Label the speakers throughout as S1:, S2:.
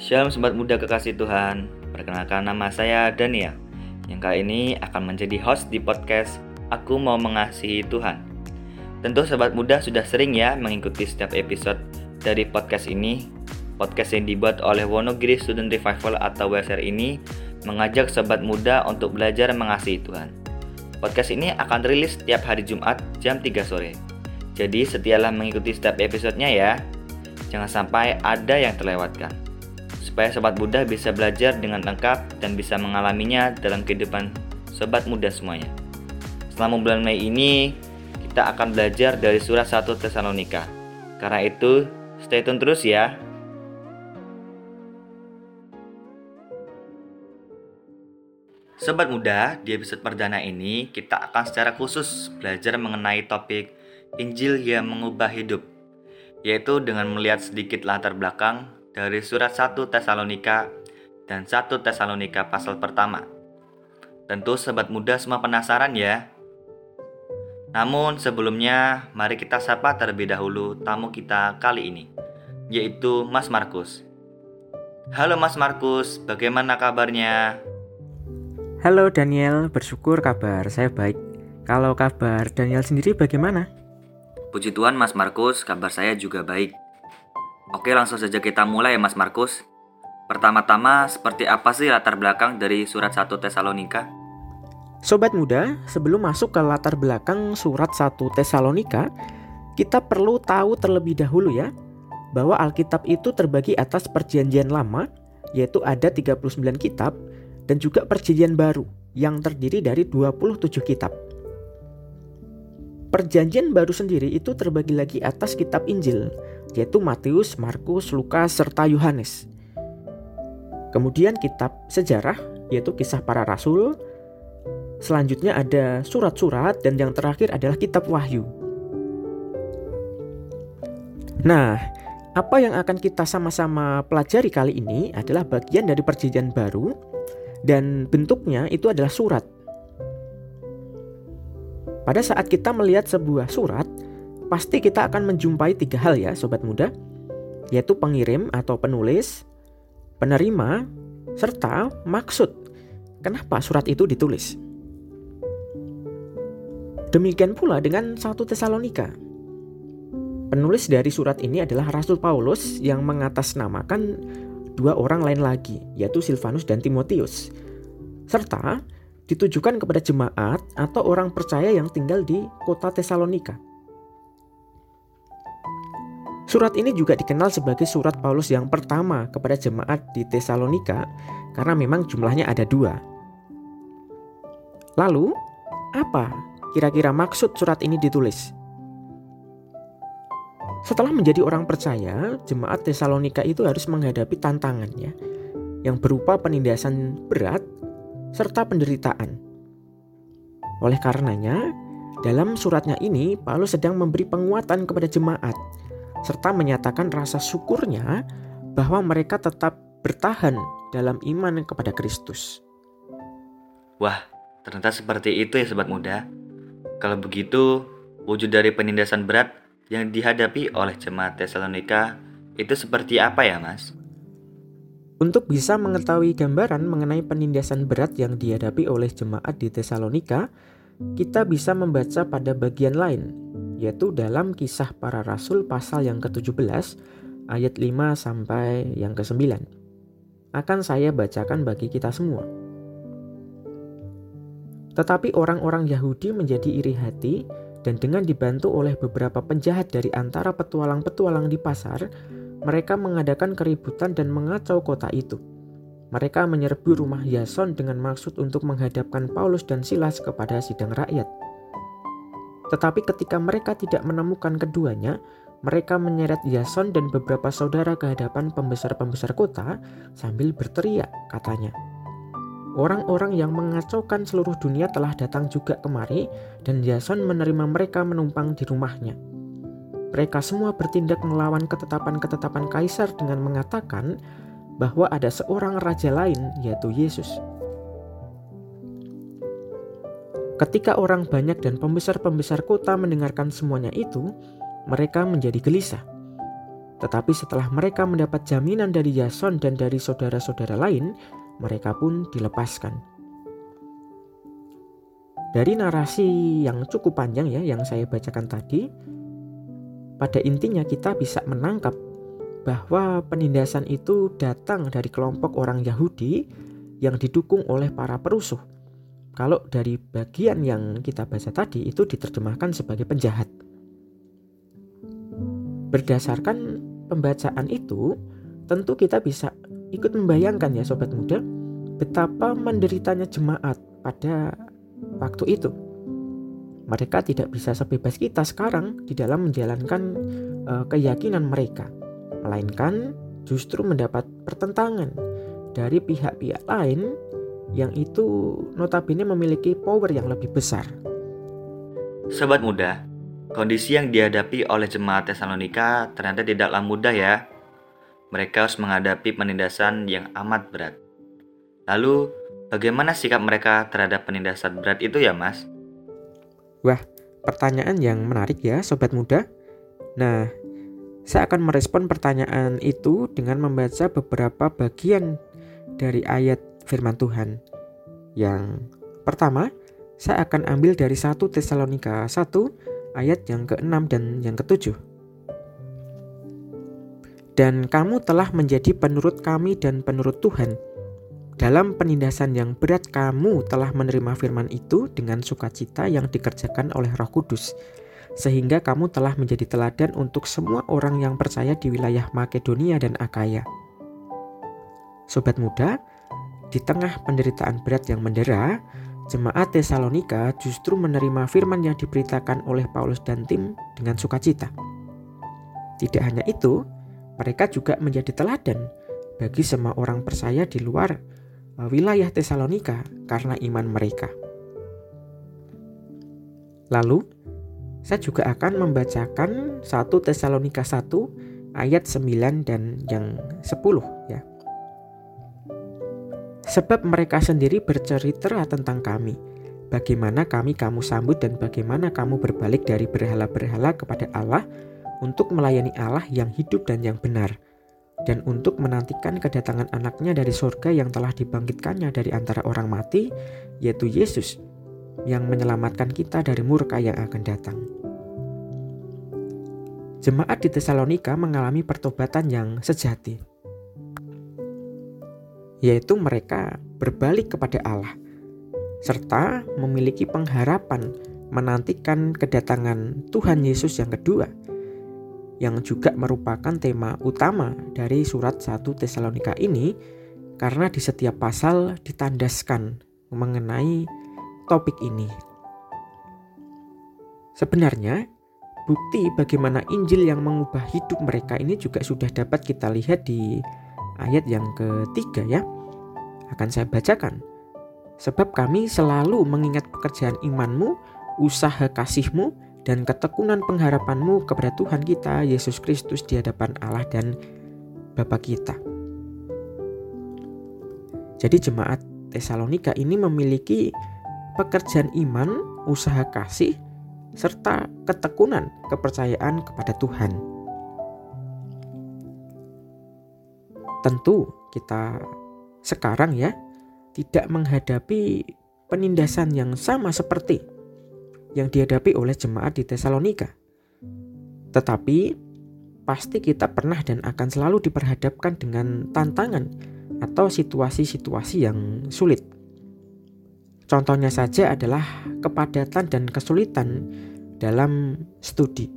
S1: Shalom sobat muda kekasih Tuhan. Perkenalkan, nama saya Daniel, yang kali ini akan menjadi host di podcast Aku Mau Mengasihi Tuhan. Tentu sobat muda sudah sering ya mengikuti setiap episode dari podcast ini. Podcast yang dibuat oleh Wonogiri Student Revival atau WSR ini mengajak sobat muda untuk belajar mengasihi Tuhan. Podcast ini akan rilis setiap hari Jumat jam 3 sore. Jadi setialah mengikuti setiap episodenya ya. Jangan sampai ada yang terlewatkan, supaya sobat muda bisa belajar dengan lengkap dan bisa mengalaminya dalam kehidupan sobat muda semuanya. Selama bulan Mei ini, kita akan belajar dari surat 1 Tesalonika. Karena itu, stay tune terus ya. Sobat muda, di episode perdana ini, kita akan secara khusus belajar mengenai topik Injil yang mengubah hidup, yaitu dengan melihat sedikit latar belakang dari surat 1 Tesalonika dan 1 Tesalonika pasal pertama. Tentu sobat muda semua penasaran ya. Namun sebelumnya mari kita sapa terlebih dahulu tamu kita kali ini, yaitu Mas Markus. Halo Mas Markus, bagaimana kabarnya?
S2: Halo Daniel, bersyukur kabar saya baik. Kalau kabar Daniel sendiri bagaimana?
S1: Puji Tuhan Mas Markus, kabar saya juga baik. Oke, langsung saja kita mulai ya Mas Markus. Pertama-tama, seperti apa sih latar belakang dari surat 1 Tesalonika?
S2: Sobat muda, sebelum masuk ke latar belakang surat 1 Tesalonika, kita perlu tahu terlebih dahulu ya, bahwa Alkitab itu terbagi atas Perjanjian Lama, yaitu ada 39 kitab, dan juga Perjanjian Baru, yang terdiri dari 27 kitab. Perjanjian Baru sendiri itu terbagi lagi atas kitab Injil, yaitu Matius, Markus, Lukas, serta Yohanes. Kemudian kitab sejarah, yaitu Kisah Para Rasul. Selanjutnya ada surat-surat, dan yang terakhir adalah kitab Wahyu. Nah, apa yang akan kita sama-sama pelajari kali ini adalah bagian dari Perjanjian Baru, dan bentuknya itu adalah surat. Pada saat kita melihat sebuah surat, pasti kita akan menjumpai 3 hal ya sobat muda, yaitu pengirim atau penulis, penerima, serta maksud. Kenapa surat itu ditulis? Demikian pula dengan 1 Tesalonika. Penulis dari surat ini adalah Rasul Paulus yang mengatasnamakan 2 orang lain lagi, yaitu Silvanus dan Timotius, serta ditujukan kepada jemaat atau orang percaya yang tinggal di kota Tesalonika. Surat ini juga dikenal sebagai surat Paulus yang pertama kepada jemaat di Tesalonika karena memang jumlahnya ada 2. Lalu, apa kira-kira maksud surat ini ditulis? Setelah menjadi orang percaya, jemaat Tesalonika itu harus menghadapi tantangannya yang berupa penindasan berat serta penderitaan. Oleh karenanya, dalam suratnya ini Paulus sedang memberi penguatan kepada jemaat serta menyatakan rasa syukurnya bahwa mereka tetap bertahan dalam iman kepada Kristus.
S1: Wah, ternyata seperti itu ya sobat muda. Kalau begitu, wujud dari penindasan berat yang dihadapi oleh jemaat Tesalonika itu seperti apa ya Mas?
S2: Untuk bisa mengetahui gambaran mengenai penindasan berat yang dihadapi oleh jemaat di Tesalonika, kita bisa membaca pada bagian lain, yaitu dalam Kisah Para Rasul pasal yang ke-17, ayat 5 sampai yang ke-9. Akan saya bacakan bagi kita semua. Tetapi orang-orang Yahudi menjadi iri hati, dan dengan dibantu oleh beberapa penjahat dari antara petualang-petualang di pasar, mereka mengadakan keributan dan mengacau kota itu. Mereka menyerbu rumah Yason dengan maksud untuk menghadapkan Paulus dan Silas kepada sidang rakyat. Tetapi ketika mereka tidak menemukan keduanya, mereka menyeret Yason dan beberapa saudara ke hadapan pembesar-pembesar kota sambil berteriak, katanya, "Orang-orang yang mengacaukan seluruh dunia telah datang juga kemari, dan Yason menerima mereka menumpang di rumahnya. Mereka semua bertindak melawan ketetapan-ketetapan kaisar dengan mengatakan bahwa ada seorang raja lain, yaitu Yesus." Ketika orang banyak dan pembesar-pembesar kota mendengarkan semuanya itu, mereka menjadi gelisah. Tetapi setelah mereka mendapat jaminan dari Yason dan dari saudara-saudara lain, mereka pun dilepaskan. Dari narasi yang cukup panjang ya yang saya bacakan tadi, pada intinya kita bisa menangkap bahwa penindasan itu datang dari kelompok orang Yahudi yang didukung oleh para perusuh. Kalau dari bagian yang kita baca tadi itu diterjemahkan sebagai penjahat. Berdasarkan pembacaan itu, tentu kita bisa ikut membayangkan ya sobat muda, betapa menderitanya jemaat pada waktu itu. Mereka tidak bisa sebebas kita sekarang di dalam menjalankan keyakinan mereka, melainkan justru mendapat pertentangan dari pihak-pihak lain yang itu notabene memiliki power yang lebih besar.
S1: Sobat muda, kondisi yang dihadapi oleh jemaat Tesalonika ternyata tidaklah mudah ya. Mereka harus menghadapi penindasan yang amat berat. Lalu, bagaimana sikap mereka terhadap penindasan berat itu ya Mas?
S2: Wah, pertanyaan yang menarik ya sobat muda. Nah, saya akan merespon pertanyaan itu dengan membaca beberapa bagian dari ayat firman Tuhan. Yang pertama, saya akan ambil dari 1 Tesalonika 1 ayat yang ke-6 dan yang ke-7. Dan kamu telah menjadi penurut kami dan penurut Tuhan. Dalam penindasan yang berat kamu telah menerima firman itu dengan sukacita yang dikerjakan oleh Roh Kudus, sehingga kamu telah menjadi teladan untuk semua orang yang percaya di wilayah Makedonia dan Akaya. Sobat muda, di tengah penderitaan berat yang mendera, jemaat Tesalonika justru menerima firman yang diberitakan oleh Paulus dan tim dengan sukacita. Tidak hanya itu, mereka juga menjadi teladan bagi semua orang percaya di luar wilayah Tesalonika karena iman mereka. Lalu, saya juga akan membacakan 1 Tesalonika 1 ayat 9 dan yang 10 ya. Sebab mereka sendiri bercerita tentang kami, bagaimana kami kamu sambut dan bagaimana kamu berbalik dari berhala-berhala kepada Allah untuk melayani Allah yang hidup dan yang benar, dan untuk menantikan kedatangan anaknya dari surga yang telah dibangkitkannya dari antara orang mati, yaitu Yesus, yang menyelamatkan kita dari murka yang akan datang. Jemaat di Tesalonika mengalami pertobatan yang sejati, yaitu mereka berbalik kepada Allah, serta memiliki pengharapan menantikan kedatangan Tuhan Yesus yang kedua, yang juga merupakan tema utama dari surat 1 Tesalonika ini, karena di setiap pasal ditandaskan mengenai topik ini. Sebenarnya, bukti bagaimana Injil yang mengubah hidup mereka ini juga sudah dapat kita lihat di ayat yang ketiga ya. Akan saya bacakan. Sebab kami selalu mengingat pekerjaan imanmu, usaha kasihmu, dan ketekunan pengharapanmu kepada Tuhan kita Yesus Kristus di hadapan Allah dan Bapa kita. Jadi jemaat Tesalonika ini memiliki pekerjaan iman, usaha kasih, serta ketekunan kepercayaan kepada Tuhan. Tentu kita sekarang ya tidak menghadapi penindasan yang sama seperti yang dihadapi oleh jemaat di Tesalonika. Tetapi pasti kita pernah dan akan selalu diperhadapkan dengan tantangan atau situasi-situasi yang sulit. Contohnya saja adalah kepadatan dan kesulitan dalam studi.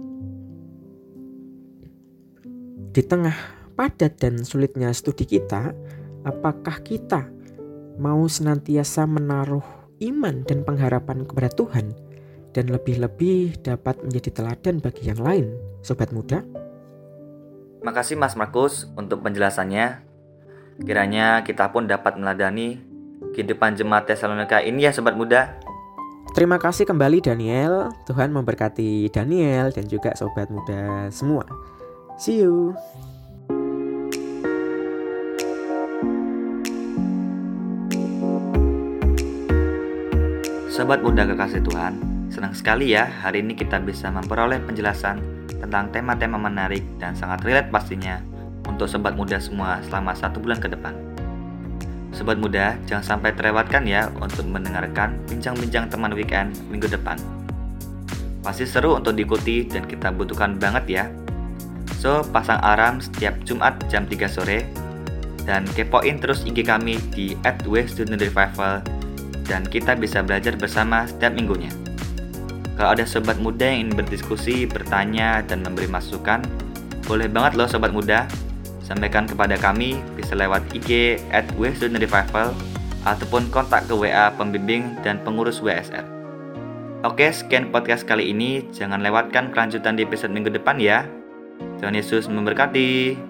S2: Di tengah padat dan sulitnya studi kita, apakah kita mau senantiasa menaruh iman dan pengharapan kepada Tuhan dan lebih-lebih dapat menjadi teladan bagi yang lain, sobat muda?
S1: Makasih Mas Markus untuk penjelasannya. Kiranya kita pun dapat meladani kehidupan jemaat Tesalonika ini ya sobat muda.
S2: Terima kasih kembali Daniel. Tuhan memberkati Daniel dan juga sobat muda semua. See you.
S1: Sobat muda kekasih Tuhan, senang sekali ya hari ini kita bisa memperoleh penjelasan tentang tema-tema menarik dan sangat relate pastinya untuk sobat muda semua selama 1 bulan ke depan. Sobat muda, jangan sampai terlewatkan ya untuk mendengarkan bincang-bincang teman weekend minggu depan. Pasti seru untuk diikuti dan kita butuhkan banget ya. So, pasang alarm setiap Jumat jam 3 sore dan kepoin terus IG kami di @westudentrevival dan kita bisa belajar bersama setiap minggunya. Kalau ada sobat muda yang ingin berdiskusi, bertanya, dan memberi masukan, boleh banget loh sobat muda. Sampaikan kepada kami bisa lewat IG @westudentrevival ataupun kontak ke WA pembimbing dan pengurus WSR. Oke, sekian podcast kali ini. Jangan lewatkan kelanjutan di episode minggu depan ya. Tuhan Yesus memberkati.